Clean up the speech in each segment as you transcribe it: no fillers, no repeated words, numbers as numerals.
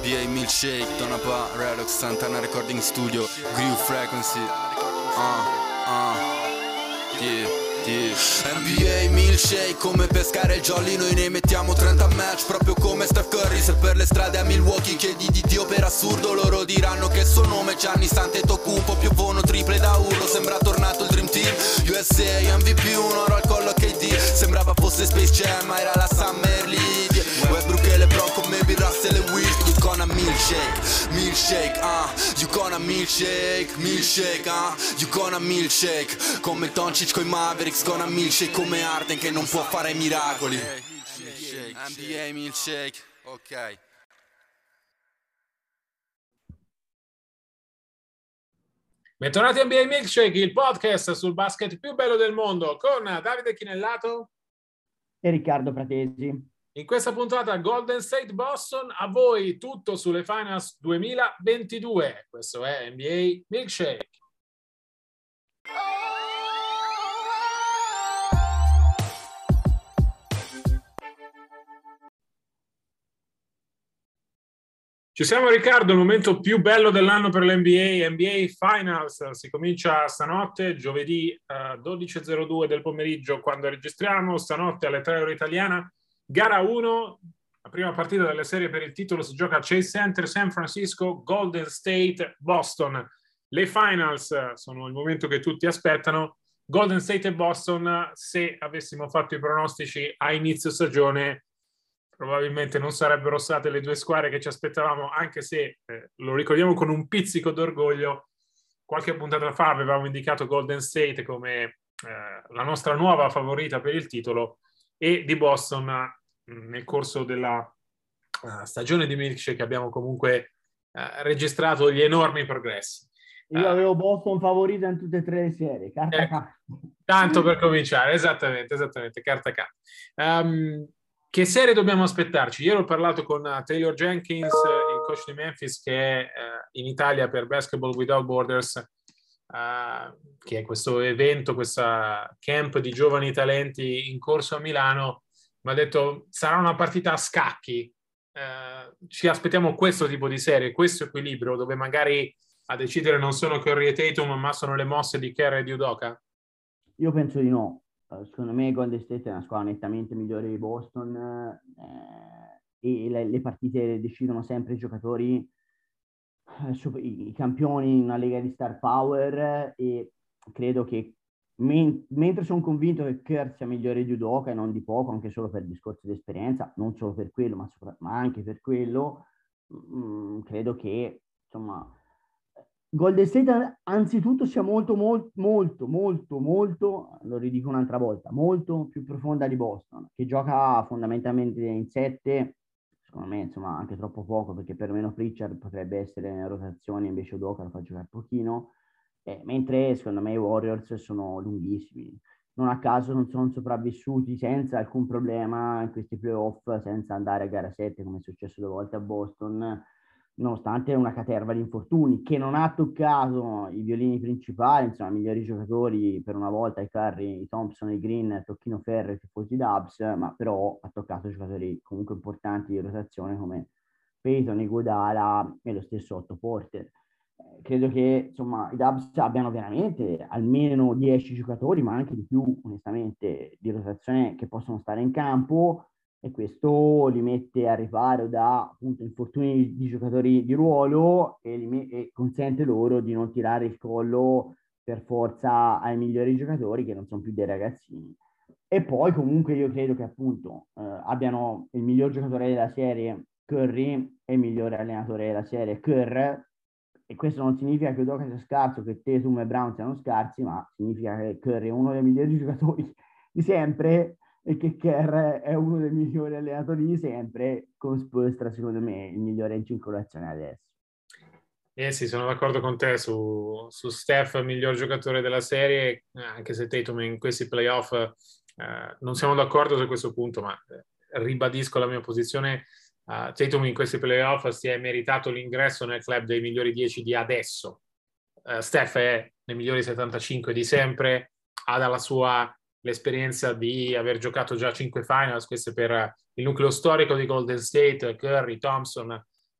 NBA Milkshake, Tonapa, Relox, Santana Recording Studio, Groove Frequency. NBA Milkshake, come pescare il jolly, noi ne mettiamo 30 a match, proprio come Steph Curry. Se per le strade a Milwaukee chiedi di Dio per assurdo, loro diranno che il suo nome è Gianni Antetokounmpo. Piovono triple da urlo, sembra tornato il Dream Team. USA MVP, un oro al collo KD, sembrava fosse Space Jam ma era la Summer League. Westbrook e LeBron come Bill Russell e Wilt. You gonna milkshake, milkshake, you gonna milkshake, milkshake, you gonna milkshake. Come Doncic coi Mavericks, gonna milkshake come Harden che non può fare miracoli. NBA milkshake, ok. Bentornati a NBA Milkshake, il podcast sul basket più bello del mondo, con Davide Chinellato e Riccardo Pratesi. In questa puntata Golden State Boston, a voi tutto sulle Finals 2022. Questo è NBA Milkshake. Ci siamo, Riccardo, il momento più bello dell'anno per l'NBA, NBA Finals. Si comincia stanotte, giovedì 12:02 del pomeriggio, quando registriamo, stanotte alle 3 ore italiana. Gara 1, la prima partita delle serie per il titolo si gioca a Chase Center, San Francisco, Golden State, Boston. Le Finals sono il momento che tutti aspettano. Golden State e Boston, se avessimo fatto i pronostici a inizio stagione, probabilmente non sarebbero state le due squadre che ci aspettavamo, anche se lo ricordiamo con un pizzico d'orgoglio. Qualche puntata fa avevamo indicato Golden State come la nostra nuova favorita per il titolo, e di Boston nel corso della stagione di Milkshake abbiamo comunque registrato gli enormi progressi. Io avevo Boston favorita in tutte e tre le serie, carta carta. Tanto per cominciare, esattamente, carta carta. Che serie dobbiamo aspettarci? Ieri ho parlato con Taylor Jenkins, il coach di Memphis, che è in Italia per Basketball Without Borders, che è questo evento, questa camp di giovani talenti in corso a Milano. Mi ha detto sarà una partita a scacchi. Ci aspettiamo questo tipo di serie, questo equilibrio, dove magari a decidere non sono Curry e Tatum, ma sono le mosse di Kerr e di Udoka? Io penso di no. Secondo me Golden State è una squadra nettamente migliore di Boston, e le partite decidono sempre i giocatori, i campioni in una lega di star power, e credo che mentre sono convinto che Kerr sia migliore di Udoka e non di poco, anche solo per il discorso di esperienza, non solo per quello ma anche per quello, credo che insomma Golden State anzitutto sia molto, lo ridico un'altra volta, molto più profonda di Boston, che gioca fondamentalmente in 7, secondo me insomma anche troppo poco, perché per meno Pritchard potrebbe essere in rotazione, invece Udoka lo fa giocare pochino, mentre secondo me i Warriors sono lunghissimi. Non a caso non sono sopravvissuti senza alcun problema in questi playoff, senza andare a gara 7 come è successo 2 volte a Boston, nonostante una caterva di infortuni che non ha toccato i violini principali, insomma, i migliori giocatori per una volta, i Curry, i Thompson, i Green, tocchino ferro, i tifosi Dubs, ma però ha toccato giocatori comunque importanti di rotazione come Peyton, Iguodala e lo stesso Otto Porter. Credo che insomma i Dubs abbiano veramente almeno 10 giocatori, ma anche di più, onestamente, di rotazione che possono stare in campo, e questo li mette a riparo da appunto infortuni di giocatori di ruolo e consente loro di non tirare il collo per forza ai migliori giocatori, che non sono più dei ragazzini. E poi comunque io credo che appunto abbiano il miglior giocatore della serie Curry e il migliore allenatore della serie Kerr, e questo non significa che Udoka sia scarso, che Tatum e Brown siano scarsi, ma significa che Curry è uno dei migliori giocatori di sempre e che Kerr è uno dei migliori allenatori di sempre, con Spoelstra secondo me il migliore in circolazione adesso. Sì, sono d'accordo con te su Steph, miglior giocatore della serie, anche se Tatum in questi playoff non siamo d'accordo su questo punto, ma ribadisco la mia posizione. Tatum in questi playoff si è meritato l'ingresso nel club dei migliori 10 di adesso. Steph è nei migliori 75 di sempre, ha dalla sua l'esperienza di aver giocato già 5 finals, queste per il nucleo storico di Golden State, Curry, Thompson,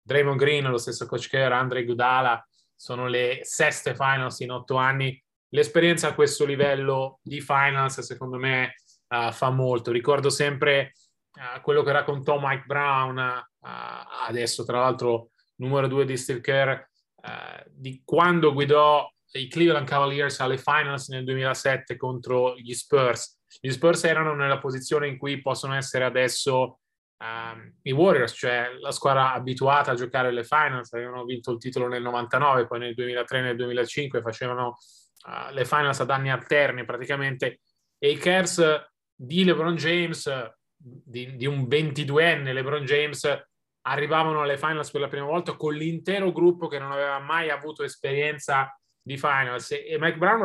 Draymond Green, lo stesso coach Kerr, Andre Iguodala, sono le 6th finals in 8 anni. L'esperienza a questo livello di finals, secondo me, fa molto. Ricordo sempre quello che raccontò Mike Brown, adesso tra l'altro numero 2 di Steve Kerr, di quando guidò i Cleveland Cavaliers alle finals nel 2007 contro gli Spurs. Gli Spurs erano nella posizione in cui possono essere adesso i Warriors, cioè la squadra abituata a giocare alle finals. Avevano vinto il titolo nel 99, poi nel 2003 e nel 2005 facevano le finals ad anni alterni praticamente, e i Cavs di LeBron James, di un 22enne LeBron James, arrivavano alle finals per la prima volta con l'intero gruppo che non aveva mai avuto esperienza di finals, e Mike Brown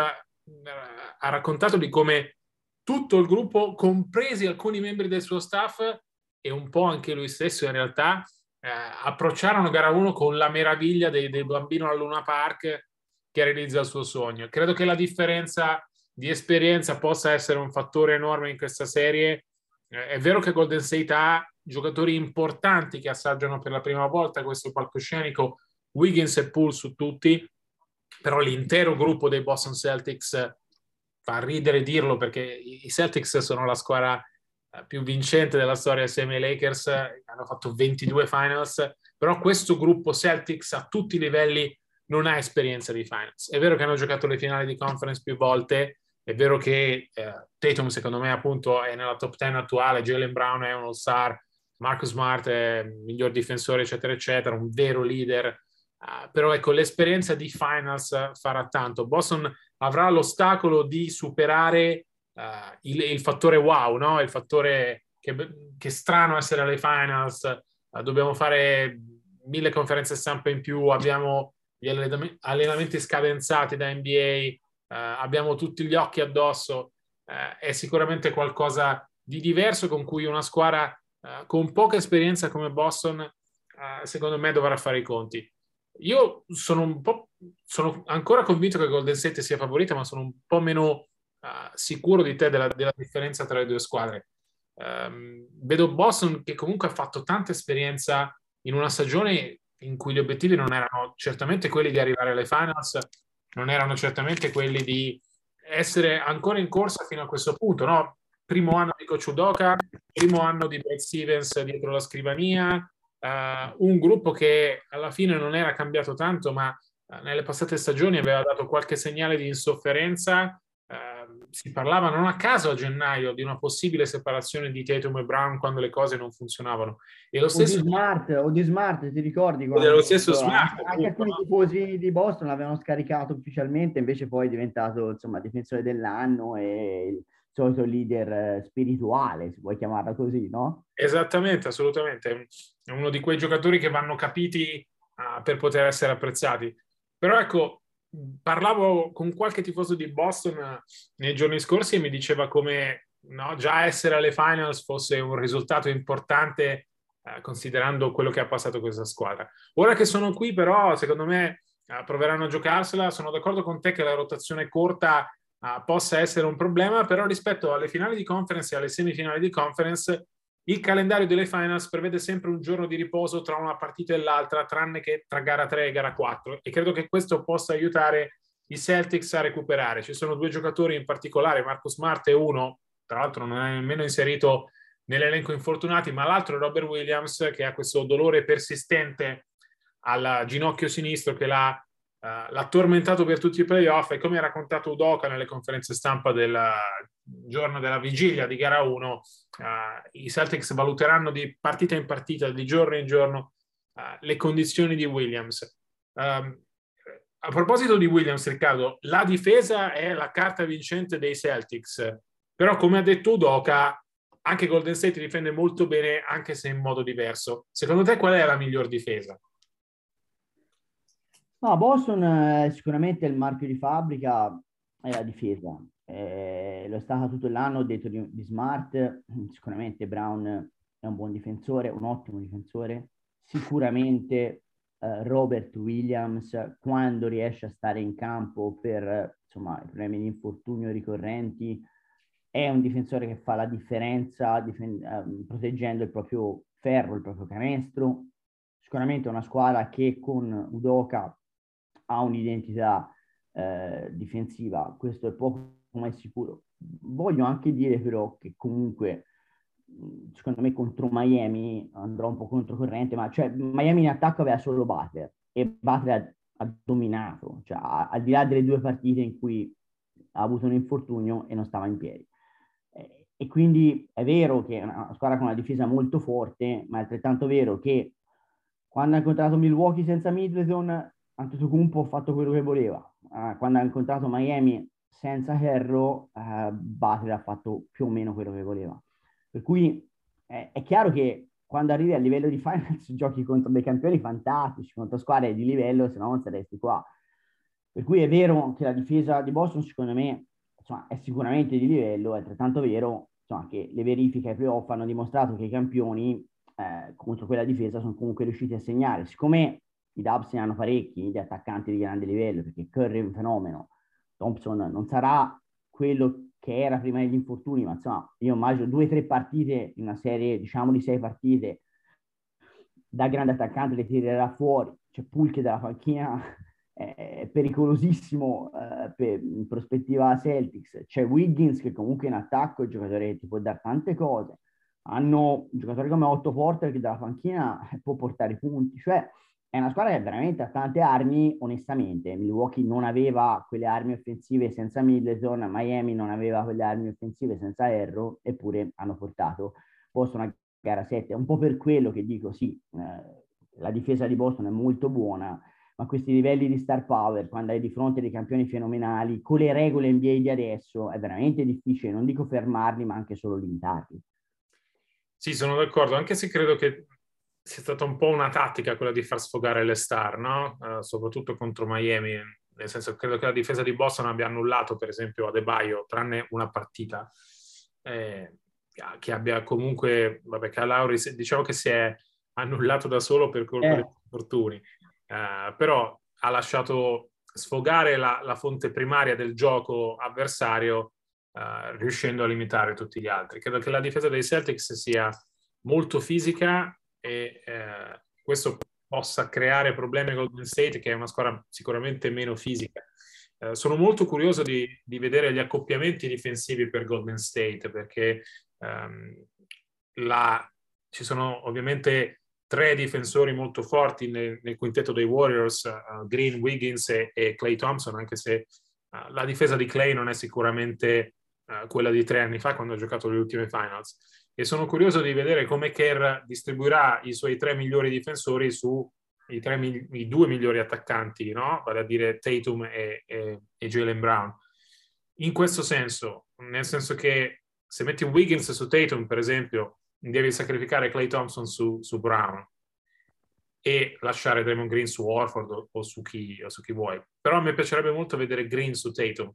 ha raccontato di come tutto il gruppo, compresi alcuni membri del suo staff e un po' anche lui stesso in realtà, approcciarono gara 1 con la meraviglia del bambino al Luna Park che realizza il suo sogno. Credo che la differenza di esperienza possa essere un fattore enorme in questa serie. È vero che Golden State ha giocatori importanti che assaggiano per la prima volta questo palcoscenico, Wiggins e Poole su tutti, però l'intero gruppo dei Boston Celtics fa ridere dirlo, perché i Celtics sono la squadra più vincente della storia assieme ai Lakers, hanno fatto 22 finals, però questo gruppo Celtics a tutti i livelli non ha esperienza di finals. È vero che hanno giocato le finali di conference più volte, è vero che Tatum secondo me appunto è nella top 10 attuale, Jaylen Brown è un all-star, Marcus Smart è il miglior difensore eccetera eccetera, un vero leader, però ecco, l'esperienza di finals farà tanto. Boston avrà l'ostacolo di superare il fattore wow, no? Il fattore che strano essere alle finals, dobbiamo fare 1000 conferenze stampa in più, abbiamo gli allenamenti scadenzati da NBA, abbiamo tutti gli occhi addosso, è sicuramente qualcosa di diverso con cui una squadra con poca esperienza come Boston secondo me dovrà fare i conti. Io sono ancora convinto che Golden State sia favorita, ma sono un po' meno sicuro di te della differenza tra le due squadre. Vedo Boston che comunque ha fatto tanta esperienza in una stagione in cui gli obiettivi non erano certamente quelli di arrivare alle finals, non erano certamente quelli di essere ancora in corsa fino a questo punto, no? Primo anno di Coach Udoka, primo anno di Brad Stevens dietro la scrivania, un gruppo che alla fine non era cambiato tanto, ma nelle passate stagioni aveva dato qualche segnale di insofferenza. Si parlava non a caso a gennaio di una possibile separazione di Tatum e Brown quando le cose non funzionavano. E lo stesso o di Smart, ti ricordi? Lo stesso Smart, anche alcuni tifosi di Boston l'avevano scaricato ufficialmente, invece poi è diventato insomma difensore dell'anno e il solito leader spirituale, si può chiamarla così, no? Esattamente, assolutamente. È uno di quei giocatori che vanno capiti per poter essere apprezzati. Però ecco, parlavo con qualche tifoso di Boston nei giorni scorsi e mi diceva come no, già essere alle finals fosse un risultato importante considerando quello che ha passato questa squadra. Ora che sono qui però, secondo me proveranno a giocarsela. Sono d'accordo con te che la rotazione corta possa essere un problema, però rispetto alle finali di conference e alle semifinali di conference il calendario delle finals prevede sempre un giorno di riposo tra una partita e l'altra, tranne che tra gara 3 e gara 4, e credo che questo possa aiutare i Celtics a recuperare. Ci sono due giocatori in particolare, Marcus Smart è uno, tra l'altro non è nemmeno inserito nell'elenco infortunati, ma l'altro è Robert Williams, che ha questo dolore persistente al ginocchio sinistro che l'ha tormentato per tutti i playoff, e come ha raccontato Udoka nelle conferenze stampa del giorno della vigilia di gara 1, i Celtics valuteranno di partita in partita, di giorno in giorno, le condizioni di Williams. A proposito di Williams, Riccardo, la difesa è la carta vincente dei Celtics, però come ha detto Udoka anche Golden State difende molto bene, anche se in modo diverso. Secondo te qual è la miglior difesa? No, Boston sicuramente il marchio di fabbrica è la difesa. Lo è stata tutto l'anno, ho detto di Smart. Sicuramente Brown è un buon difensore, un ottimo difensore. Sicuramente Robert Williams, quando riesce a stare in campo per insomma, i problemi di infortunio ricorrenti, è un difensore che fa la differenza proteggendo il proprio ferro, il proprio canestro. sicuramente è una squadra che con Udoka ha un'identità difensiva, questo è poco ma è sicuro. Voglio anche dire però che comunque secondo me contro Miami andrò un po' controcorrente, ma cioè Miami in attacco aveva solo Butler e Butler ha dominato, cioè al di là delle 2 partite in cui ha avuto un infortunio e non stava in piedi. E quindi è vero che è una squadra con una difesa molto forte, ma è altrettanto vero che quando ha incontrato Milwaukee senza Middleton, Antetokounmpo ha fatto quello che voleva. Quando ha incontrato Miami senza Herro, Butler ha fatto più o meno quello che voleva. Per cui è chiaro che quando arrivi a livello di finals giochi contro dei campioni fantastici, contro squadre di livello, se no non saresti qua. Per cui è vero che la difesa di Boston, secondo me, insomma, è sicuramente di livello, è altrettanto vero insomma, che le verifiche ai playoff hanno dimostrato che i campioni contro quella difesa sono comunque riusciti a segnare. Siccome i Dubs ne hanno parecchi di attaccanti di grande livello, perché Curry è un fenomeno, Thompson non sarà quello che era prima degli infortuni, ma insomma io immagino 2 o 3 partite in una serie, diciamo di 6 partite, da grande attaccante le tirerà fuori. C'è Pulche dalla panchina, è pericolosissimo in prospettiva Celtics. C'è Wiggins che comunque in attacco è un giocatore che ti può dare tante cose. Hanno un giocatore come Otto Porter che dalla panchina può portare punti, cioè è una squadra che veramente ha tante armi. Onestamente Milwaukee non aveva quelle armi offensive senza Middleton, Miami non aveva quelle armi offensive senza Herro, eppure hanno portato Boston a gara 7. È un po' per quello che dico sì, la difesa di Boston è molto buona, ma questi livelli di star power, quando hai di fronte dei campioni fenomenali, con le regole NBA di adesso, è veramente difficile, non dico fermarli, ma anche solo limitarli. Sì, sono d'accordo, anche se credo che sia stata un po' una tattica quella di far sfogare le star, no? Soprattutto contro Miami, nel senso che credo che la difesa di Boston abbia annullato, per esempio, Adebayo, tranne una partita, che abbia comunque, vabbè, Calauri, diciamo che si è annullato da solo per colpa dei infortuni, però ha lasciato sfogare la fonte primaria del gioco avversario, riuscendo a limitare tutti gli altri. Credo che la difesa dei Celtics sia molto fisica e questo possa creare problemi a Golden State, che è una squadra sicuramente meno fisica. Sono molto curioso di vedere gli accoppiamenti difensivi per Golden State, perché ci sono ovviamente 3 difensori molto forti nel quintetto dei Warriors, Green, Wiggins e Klay Thompson, anche se la difesa di Klay non è sicuramente quella di 3 anni fa quando ha giocato le ultime finals. E sono curioso di vedere come Kerr distribuirà i suoi 3 migliori difensori su i 2 migliori attaccanti, no? Vale a dire Tatum e Jaylen Brown. In questo senso, nel senso che se metti un Wiggins su Tatum, per esempio, devi sacrificare Klay Thompson su Brown e lasciare Draymond Green su Horford o su chi vuoi. Però a me piacerebbe molto vedere Green su Tatum.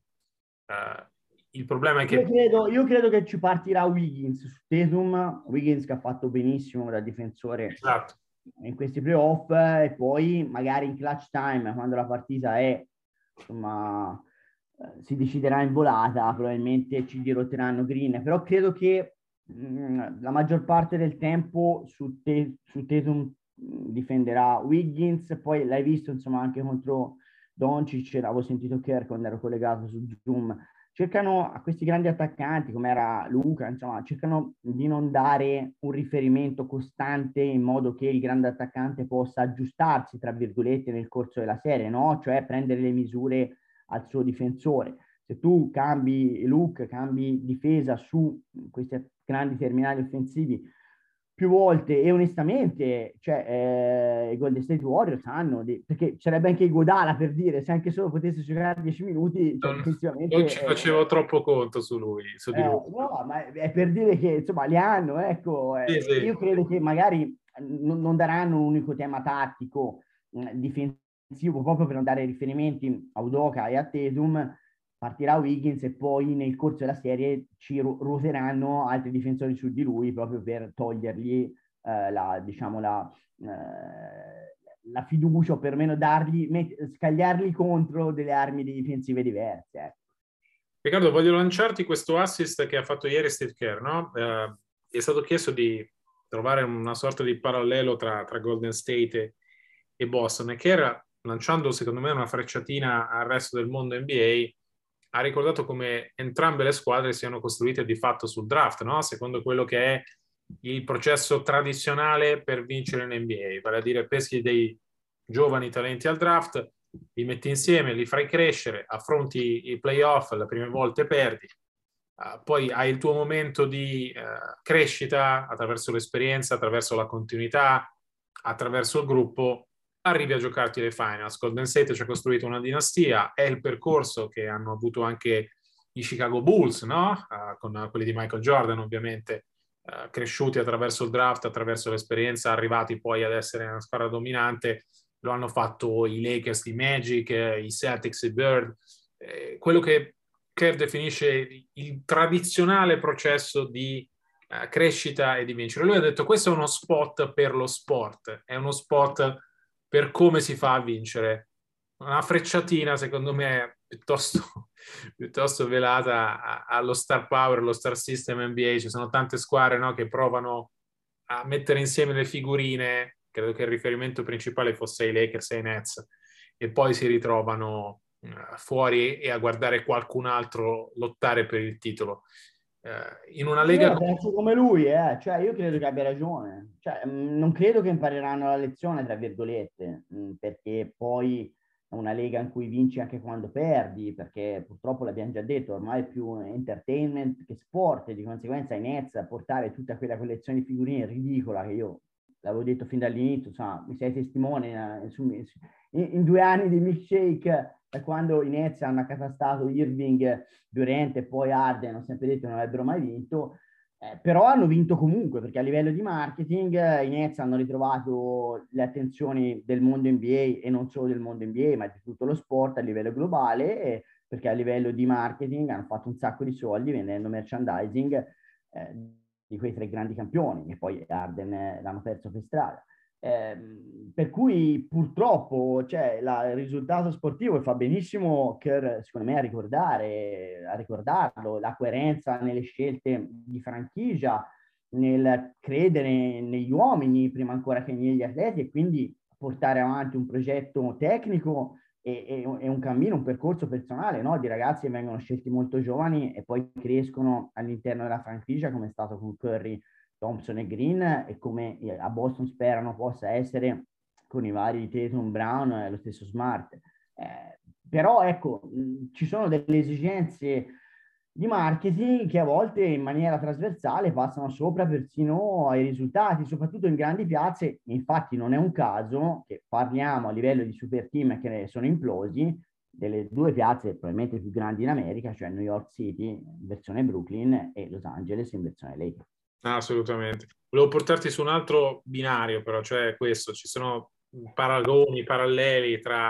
Il problema è che io credo che ci partirà Wiggins su Tatum, Wiggins che ha fatto benissimo da difensore, esatto, in questi playoff, e poi magari in clutch time, quando la partita è, insomma, si deciderà in volata, probabilmente ci dirotteranno Green, però credo che la maggior parte del tempo su Tatum difenderà Wiggins. Poi l'hai visto insomma anche contro Doncic, avevo sentito Kerr quando ero collegato su Zoom, cercano a questi grandi attaccanti come era Luca, insomma cercano di non dare un riferimento costante in modo che il grande attaccante possa aggiustarsi tra virgolette nel corso della serie, no? Cioè prendere le misure al suo difensore. Se tu cambi look, cambi difesa su questi grandi terminali offensivi più volte, e onestamente cioè, i Golden State Warriors hanno perché sarebbe anche Iguodala, per dire, se anche solo potesse giocare 10 minuti, cioè, non ci facevo troppo conto su di lui. No, ma è per dire che insomma li hanno, ecco. Sì. Io credo che magari non daranno un unico tema tattico difensivo, proprio per non dare riferimenti a Udoka e a Tatum. Partirà Wiggins e poi nel corso della serie ci ruoteranno altri difensori su di lui, proprio per togliergli la fiducia, o perlomeno scagliarli contro delle armi difensive diverse. Riccardo, voglio lanciarti questo assist che ha fatto ieri Steve Kerr, no? È stato chiesto di trovare una sorta di parallelo tra Golden State e Boston, e che era, lanciando secondo me una frecciatina al resto del mondo NBA, ha ricordato come entrambe le squadre siano costruite di fatto sul draft, no? Secondo quello che è il processo tradizionale per vincere in NBA, vale a dire peschi dei giovani talenti al draft, li metti insieme, li fai crescere, affronti i playoff, le prime volte perdi, poi hai il tuo momento di crescita attraverso l'esperienza, attraverso la continuità, attraverso il gruppo, arrivi a giocarti le finals. Golden State ci ha costruito una dinastia, è il percorso che hanno avuto anche i Chicago Bulls, no? Con quelli di Michael Jordan, ovviamente, cresciuti attraverso il draft, attraverso l'esperienza, arrivati poi ad essere una squadra dominante. Lo hanno fatto i Lakers di Magic, i Celtics di Bird. Quello che Kerr definisce il tradizionale processo di crescita e di vincere. Lui ha detto: questo è uno spot per lo sport, è uno spot per come si fa a vincere. Una frecciatina, secondo me, piuttosto velata allo star power, allo star system NBA. Ci sono tante squadre, no, che provano a mettere insieme le figurine. Credo che il riferimento principale fosse i Lakers e i Nets, e poi si ritrovano fuori e a guardare qualcun altro lottare per il titolo. In una lega... Io la penso come lui, cioè io credo che abbia ragione, cioè, non credo che impareranno la lezione, tra virgolette, perché poi è una lega in cui vinci anche quando perdi, perché purtroppo l'abbiamo già detto, ormai è più entertainment che sport, e di conseguenza i Nets a portare tutta quella collezione di figurine ridicola, che io l'avevo detto fin dall'inizio, insomma, mi sei testimone in 2 anni di milkshake, da quando i Nets hanno accatastato Irving, Durant e poi Harden, ho sempre detto che non avrebbero mai vinto, però hanno vinto comunque, perché a livello di marketing i Nets hanno ritrovato le attenzioni del mondo NBA, e non solo del mondo NBA, ma di tutto lo sport a livello globale, perché a livello di marketing hanno fatto un sacco di soldi vendendo merchandising di quei 3 grandi campioni, e poi Harden l'hanno perso per strada. Per cui purtroppo, cioè, il risultato sportivo, e fa benissimo Kerr, secondo me, a ricordarlo, la coerenza nelle scelte di franchigia, nel credere negli uomini prima ancora che negli atleti, e quindi portare avanti un progetto tecnico e un cammino, un percorso personale, no? Di ragazzi che vengono scelti molto giovani e poi crescono all'interno della franchigia, come è stato con Curry, Thompson e Green, e come a Boston sperano possa essere con i vari Tatum, Brown e lo stesso Smart. Però ecco, ci sono delle esigenze di marketing che a volte in maniera trasversale passano sopra persino ai risultati, soprattutto in grandi piazze. Infatti non è un caso che parliamo a livello di super team che sono implosi delle 2 piazze probabilmente più grandi in America, cioè New York City in versione Brooklyn e Los Angeles in versione Lakers. Assolutamente. Volevo portarti su un altro binario, però, cioè questo: ci sono paragoni, paralleli tra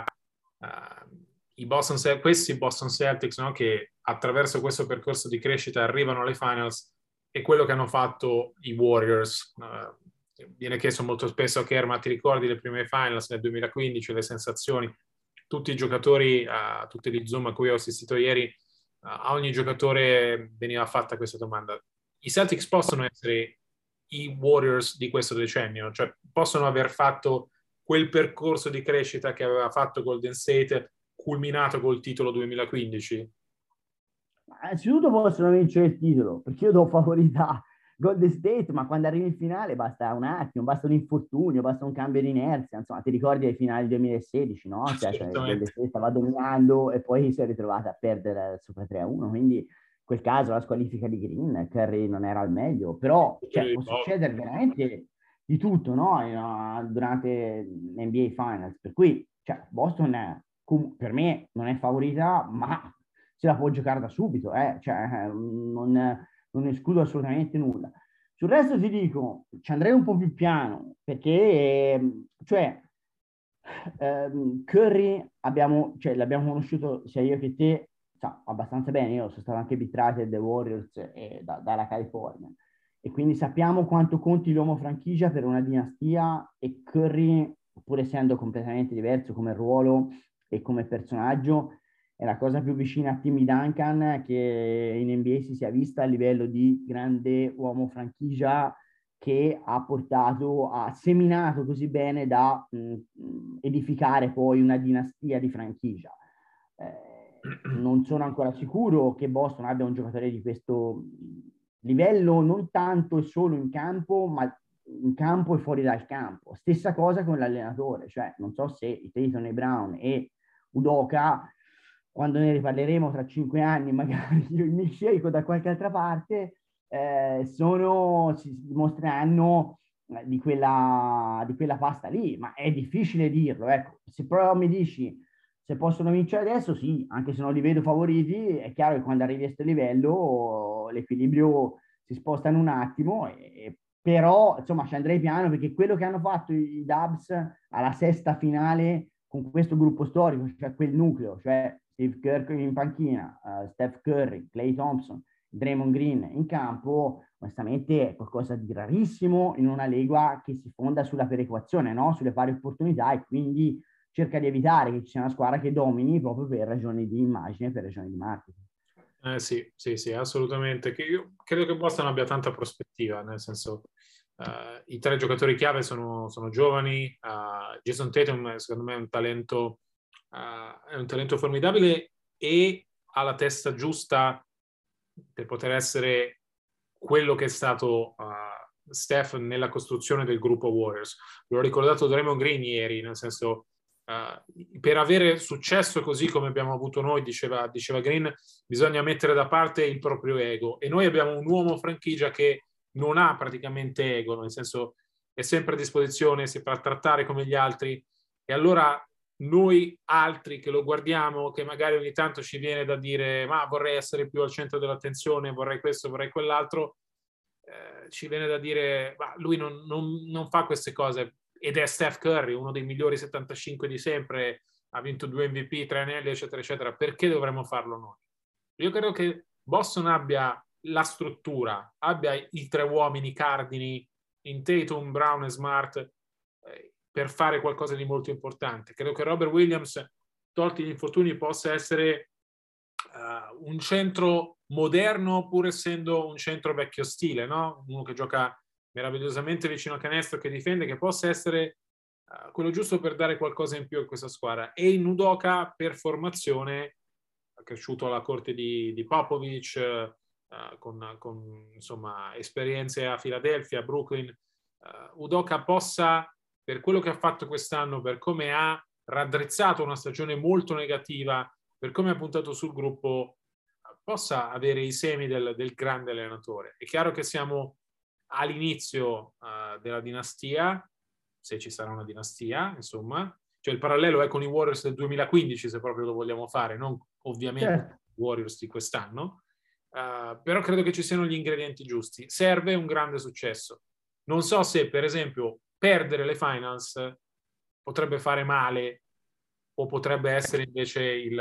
questi Boston Celtics, no, che attraverso questo percorso di crescita arrivano alle finals, e quello che hanno fatto i Warriors. Viene chiesto molto spesso a Kerr: ma ti ricordi le prime finals nel 2015, le sensazioni? Tutti i giocatori, a tutti gli Zoom a cui ho assistito ieri, a ogni giocatore veniva fatta questa domanda. I Celtics possono essere i Warriors di questo decennio, cioè possono aver fatto quel percorso di crescita che aveva fatto Golden State, culminato col titolo 2015? Innanzitutto possono vincere il titolo, perché io do favorità Golden State, ma quando arrivi in finale basta un attimo, basta un infortunio, basta un cambio di inerzia. Insomma, ti ricordi ai finali 2016, no? Cioè, Golden State stava dominando e poi si è ritrovata a perdere sopra 3-1, quindi in quel caso la squalifica di Green, Curry non era al meglio, però cioè, può succedere veramente di tutto, no? Durante l'NBA Finals, per cui cioè, Boston per me non è favorita, ma se la può giocare da subito, cioè, non escludo assolutamente nulla. Sul resto ti dico, ci andrei un po' più piano, perché cioè, Curry cioè, l'abbiamo conosciuto sia io che te abbastanza bene. Io sono stato anche beat dei Warriors dalla California, e quindi sappiamo quanto conti l'uomo franchigia per una dinastia, e Curry, pur essendo completamente diverso come ruolo e come personaggio, è la cosa più vicina a Timmy Duncan che in NBA si sia vista a livello di grande uomo franchigia che ha seminato così bene da edificare poi una dinastia di franchigia. Non sono ancora sicuro che Boston abbia un giocatore di questo livello, non tanto e solo in campo, ma in campo e fuori dal campo. Stessa cosa con l'allenatore, cioè non so se i Tatum e Brown e Udoka, quando ne riparleremo tra 5 anni, magari io mi scelgo da qualche altra parte, si dimostreranno di quella pasta lì, ma è difficile dirlo. Ecco, se però mi dici se possono vincere adesso, sì, anche se non li vedo favoriti, è chiaro che quando arrivi a questo livello l'equilibrio si sposta in un attimo, però insomma ci andrei piano, perché quello che hanno fatto i Dubs alla sesta finale con questo gruppo storico, cioè quel nucleo, cioè Steve Kerr in panchina, Steph Curry, Klay Thompson, Draymond Green in campo, onestamente è qualcosa di rarissimo in una lega che si fonda sulla perequazione, no? Sulle pari opportunità, e quindi cerca di evitare che ci sia una squadra che domini proprio per ragioni di immagine, per ragioni di marketing. Sì, assolutamente. Che io credo che Boston abbia tanta prospettiva, nel senso i 3 giocatori chiave sono giovani. Jason Tatum secondo me è un talento formidabile e ha la testa giusta per poter essere quello che è stato Steph nella costruzione del gruppo Warriors. L'ho ricordato Draymond Green ieri, nel senso per avere successo così come abbiamo avuto noi, diceva Green, bisogna mettere da parte il proprio ego, e noi abbiamo un uomo franchigia che non ha praticamente ego, nel senso è sempre a disposizione, si fa trattare come gli altri, e allora noi altri che lo guardiamo, che magari ogni tanto ci viene da dire ma vorrei essere più al centro dell'attenzione, vorrei questo, vorrei quell'altro, ci viene da dire ma lui non fa queste cose, ed è Steph Curry, uno dei migliori 75 di sempre, ha vinto 2 MVP, 3 anelli, eccetera, eccetera. Perché dovremmo farlo noi? Io credo che Boston abbia la struttura, abbia i 3 uomini cardini in Tatum, Brown e Smart per fare qualcosa di molto importante. Credo che Robert Williams, tolti gli infortuni, possa essere un centro moderno, pur essendo un centro vecchio stile, no? Uno che gioca meravigliosamente vicino al canestro, che difende, che possa essere quello giusto per dare qualcosa in più a questa squadra. E in Udoka, per formazione, cresciuto alla corte di Popovich, con insomma esperienze a Philadelphia, a Brooklyn, Udoka possa, per quello che ha fatto quest'anno, per come ha raddrizzato una stagione molto negativa, per come ha puntato sul gruppo, possa avere i semi del grande allenatore. È chiaro che siamo all'inizio della dinastia, se ci sarà una dinastia, insomma, cioè il parallelo è con i Warriors del 2015, se proprio lo vogliamo fare, non ovviamente i Warriors di quest'anno, però credo che ci siano gli ingredienti giusti. Serve un grande successo. Non so se, per esempio, perdere le finals potrebbe fare male o potrebbe essere invece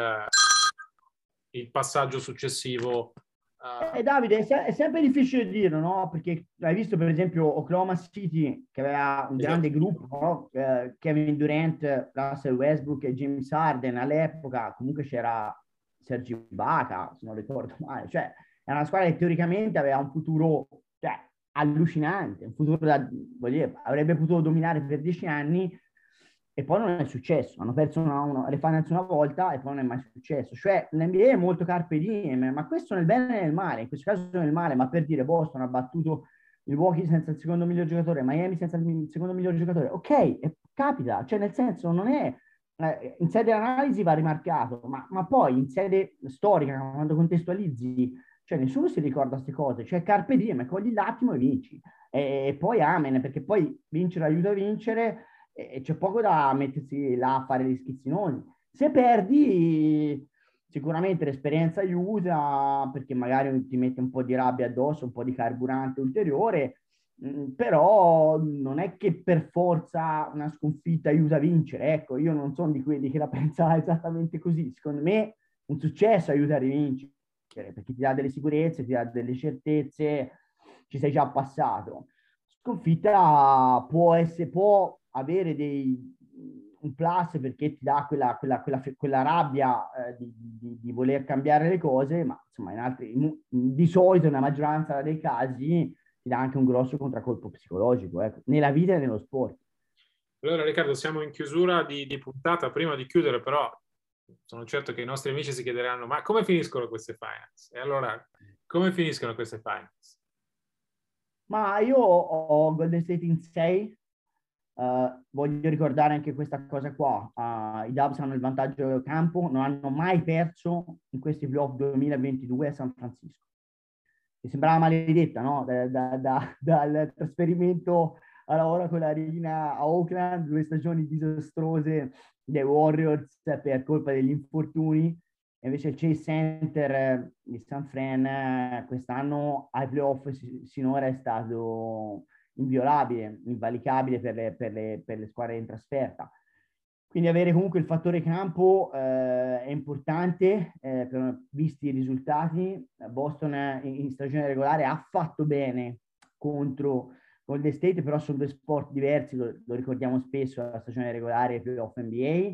il passaggio successivo. Davide, è sempre difficile dirlo, no? Perché hai visto per esempio Oklahoma City, che aveva un grande gruppo, no? Kevin Durant, Russell Westbrook e James Harden all'epoca, comunque c'era Serge Ibaka, se non ricordo male, cioè era una squadra che teoricamente aveva un futuro, cioè, allucinante, un futuro voglio dire, avrebbe potuto dominare per 10 anni, e poi non è successo. Hanno perso le finals una volta e poi non è mai successo. Cioè l'NBA è molto carpe diem, ma questo nel bene e nel male, in questo caso nel male, ma per dire Boston ha battuto Milwaukee senza il secondo miglior giocatore, Miami senza il secondo miglior giocatore, ok, capita, cioè nel senso non è, in sede analisi va rimarcato, ma poi in sede storica, quando contestualizzi, cioè nessuno si ricorda queste cose, cioè carpe diem, cogli l'attimo e vinci, e poi amen, perché poi vincere aiuta a vincere, e c'è poco da mettersi là a fare gli schizzinosi. Se perdi, sicuramente l'esperienza aiuta, perché magari ti mette un po' di rabbia addosso, un po' di carburante ulteriore, però non è che per forza una sconfitta aiuta a vincere. Ecco, io non sono di quelli che la pensano esattamente così. Secondo me un successo aiuta a rivincere, perché ti dà delle sicurezze, ti dà delle certezze, ci sei già passato. Sconfitta può avere un plus, perché ti dà quella rabbia di voler cambiare le cose, ma insomma di solito nella maggioranza dei casi ti dà anche un grosso contraccolpo psicologico, ecco, nella vita e nello sport. Allora Riccardo, siamo in chiusura di puntata. Prima di chiudere però sono certo che i nostri amici si chiederanno ma come finiscono queste finals? E allora, come finiscono queste finals? Ma io ho Golden State in 6. Voglio ricordare anche questa cosa qua. I Dubs hanno il vantaggio campo, non hanno mai perso in questi playoff 2022 a San Francisco. Mi sembrava maledetta, no? Dal trasferimento alla Oracle Arena a Oakland, 2 stagioni disastrose dei Warriors per colpa degli infortuni. E invece il Chase Center di San Fran quest'anno ai playoff sinora è stato inviolabile, invalicabile per le squadre in trasferta. Quindi avere comunque il fattore campo è importante, visti i risultati. Boston in stagione regolare ha fatto bene contro Golden State, però sono 2 sport diversi, lo ricordiamo spesso, la stagione regolare e i playoff NBA.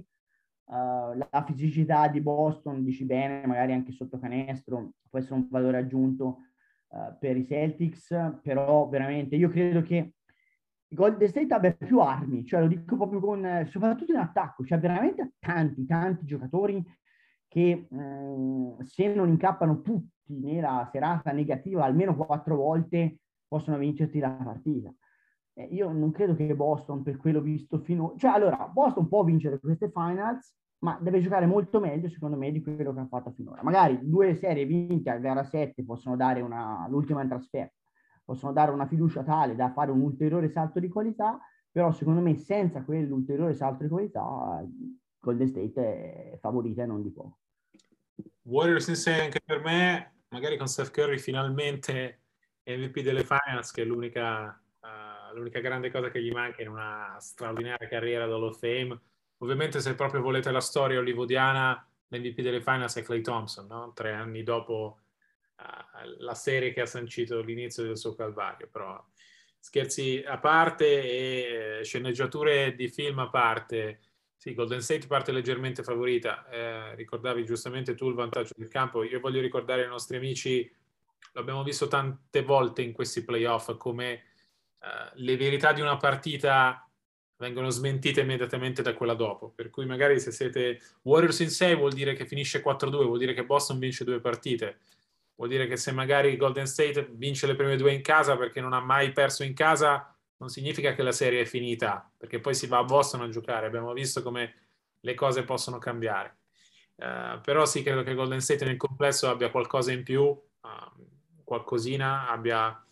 La fisicità di Boston, dici bene, magari anche sotto canestro, può essere un valore aggiunto per i Celtics, però veramente io credo che Golden State abbia più armi, cioè lo dico proprio soprattutto in attacco, cioè veramente tanti giocatori che se non incappano tutti nella serata negativa almeno 4 volte possono vincerti la partita. Io non credo che Boston, per quello visto finora, cioè allora Boston può vincere queste finals, ma deve giocare molto meglio secondo me di quello che ha fatto finora. Magari 2 serie vinte a gara 7 possono dare l'ultima in trasferta, possono dare una fiducia tale da fare un ulteriore salto di qualità, però secondo me senza quell'ulteriore salto di qualità Golden State è favorita e non di poco. Warriors in 6 anche per me, magari con Steph Curry finalmente MVP delle finals, che è l'unica grande cosa che gli manca in una straordinaria carriera d'Hall of Fame. Ovviamente se proprio volete la storia hollywoodiana, l'MVP delle finals è Klay Thompson, no? 3 anni dopo la serie che ha sancito l'inizio del suo calvario. Però scherzi a parte e sceneggiature di film a parte, sì, Golden State parte leggermente favorita. Ricordavi giustamente tu il vantaggio del campo. Io voglio ricordare ai nostri amici, l'abbiamo visto tante volte in questi playoff, come le verità di una partita vengono smentite immediatamente da quella dopo. Per cui magari se siete Warriors in 6 vuol dire che finisce 4-2, vuol dire che Boston vince 2 partite. Vuol dire che se magari Golden State vince le prime 2 in casa perché non ha mai perso in casa, non significa che la serie è finita, perché poi si va a Boston a giocare. Abbiamo visto come le cose possono cambiare. Però sì, credo che Golden State nel complesso abbia qualcosa in più, qualcosina, abbia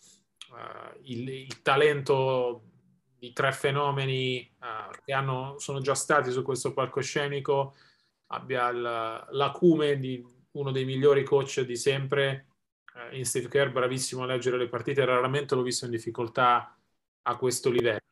il talento di 3 fenomeni che sono già stati su questo palcoscenico, abbia l'acume di uno dei migliori coach di sempre, in Steve Kerr, bravissimo a leggere le partite, raramente l'ho visto in difficoltà a questo livello.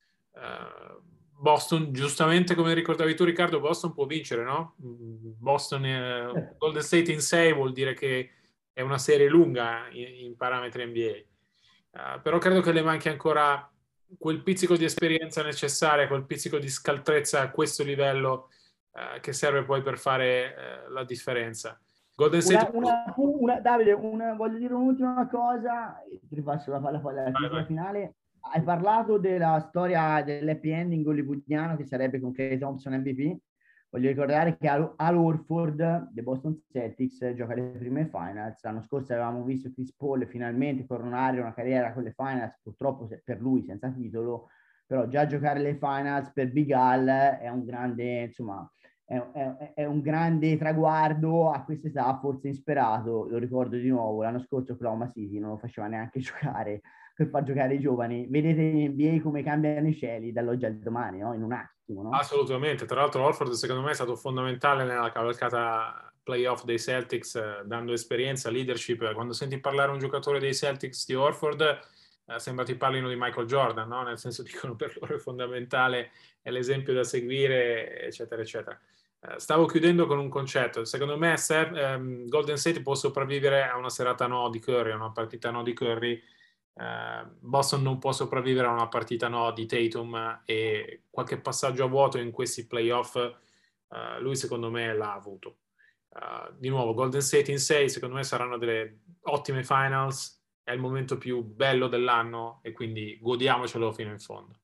Boston, giustamente come ricordavi tu Riccardo, Boston può vincere, no? Boston, Golden State in 6 vuol dire che è una serie lunga in parametri NBA. Però credo che le manchi ancora quel pizzico di esperienza necessaria, quel pizzico di scaltrezza a questo livello che serve poi per fare la differenza. Golden State... Davide, voglio dire un'ultima cosa, ti ripasso la chiusura finale. Hai parlato della storia dell'happy ending hollywoodiano che sarebbe con Klay Thompson MVP. Voglio ricordare che Al Horford dei Boston Celtics gioca le prime finals. L'anno scorso avevamo visto Chris Paul finalmente coronare una carriera con le finals, purtroppo per lui senza titolo, però già giocare le finals per Big Al è un grande, insomma, è un grande traguardo a quest'età, forse insperato. Lo ricordo di nuovo, l'anno scorso Oklahoma City non lo faceva neanche giocare per far giocare i giovani. Vedete in NBA come cambiano i cieli dall'oggi al domani, no? In un attimo, no? Assolutamente. Tra l'altro Horford secondo me è stato fondamentale nella cavalcata playoff dei Celtics, dando esperienza, leadership. Quando senti parlare un giocatore dei Celtics di Horford, sembra ti parlino di Michael Jordan, no? Nel senso, dicono per loro è fondamentale, è l'esempio da seguire, eccetera, eccetera. Stavo chiudendo con un concetto. Secondo me Golden State può sopravvivere a una serata no di Curry, a una partita no di Curry. Boston non può sopravvivere a una partita no di Tatum, e qualche passaggio a vuoto in questi playoff lui secondo me l'ha avuto. Di nuovo Golden State in 6 secondo me saranno delle ottime finals, è il momento più bello dell'anno e quindi godiamocelo fino in fondo.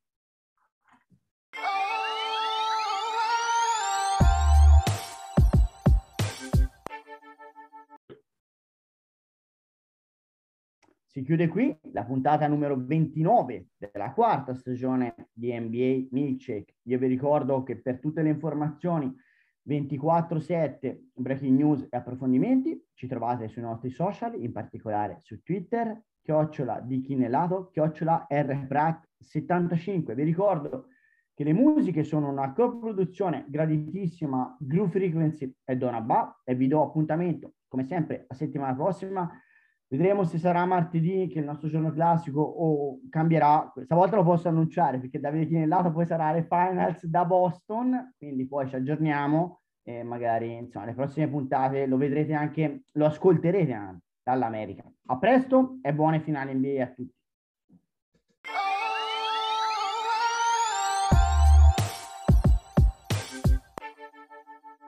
Si chiude qui la puntata numero 29 della quarta stagione di NBA Milkshake. Io vi ricordo che per tutte le informazioni 24/7, breaking news e approfondimenti ci trovate sui nostri social, in particolare su Twitter, @DiChinellato, @RPrac75. Vi ricordo che le musiche sono una coproduzione graditissima Groove Frequency e Donabà, e vi do appuntamento come sempre la settimana prossima. Vedremo se sarà martedì, che è il nostro giorno classico, o cambierà. Stavolta lo posso annunciare perché Davide Chinellato poi sarà alle finals da Boston, quindi poi ci aggiorniamo e magari insomma le prossime puntate lo vedrete anche, lo ascolterete anche dall'America. A presto e buone finali NBA a tutti.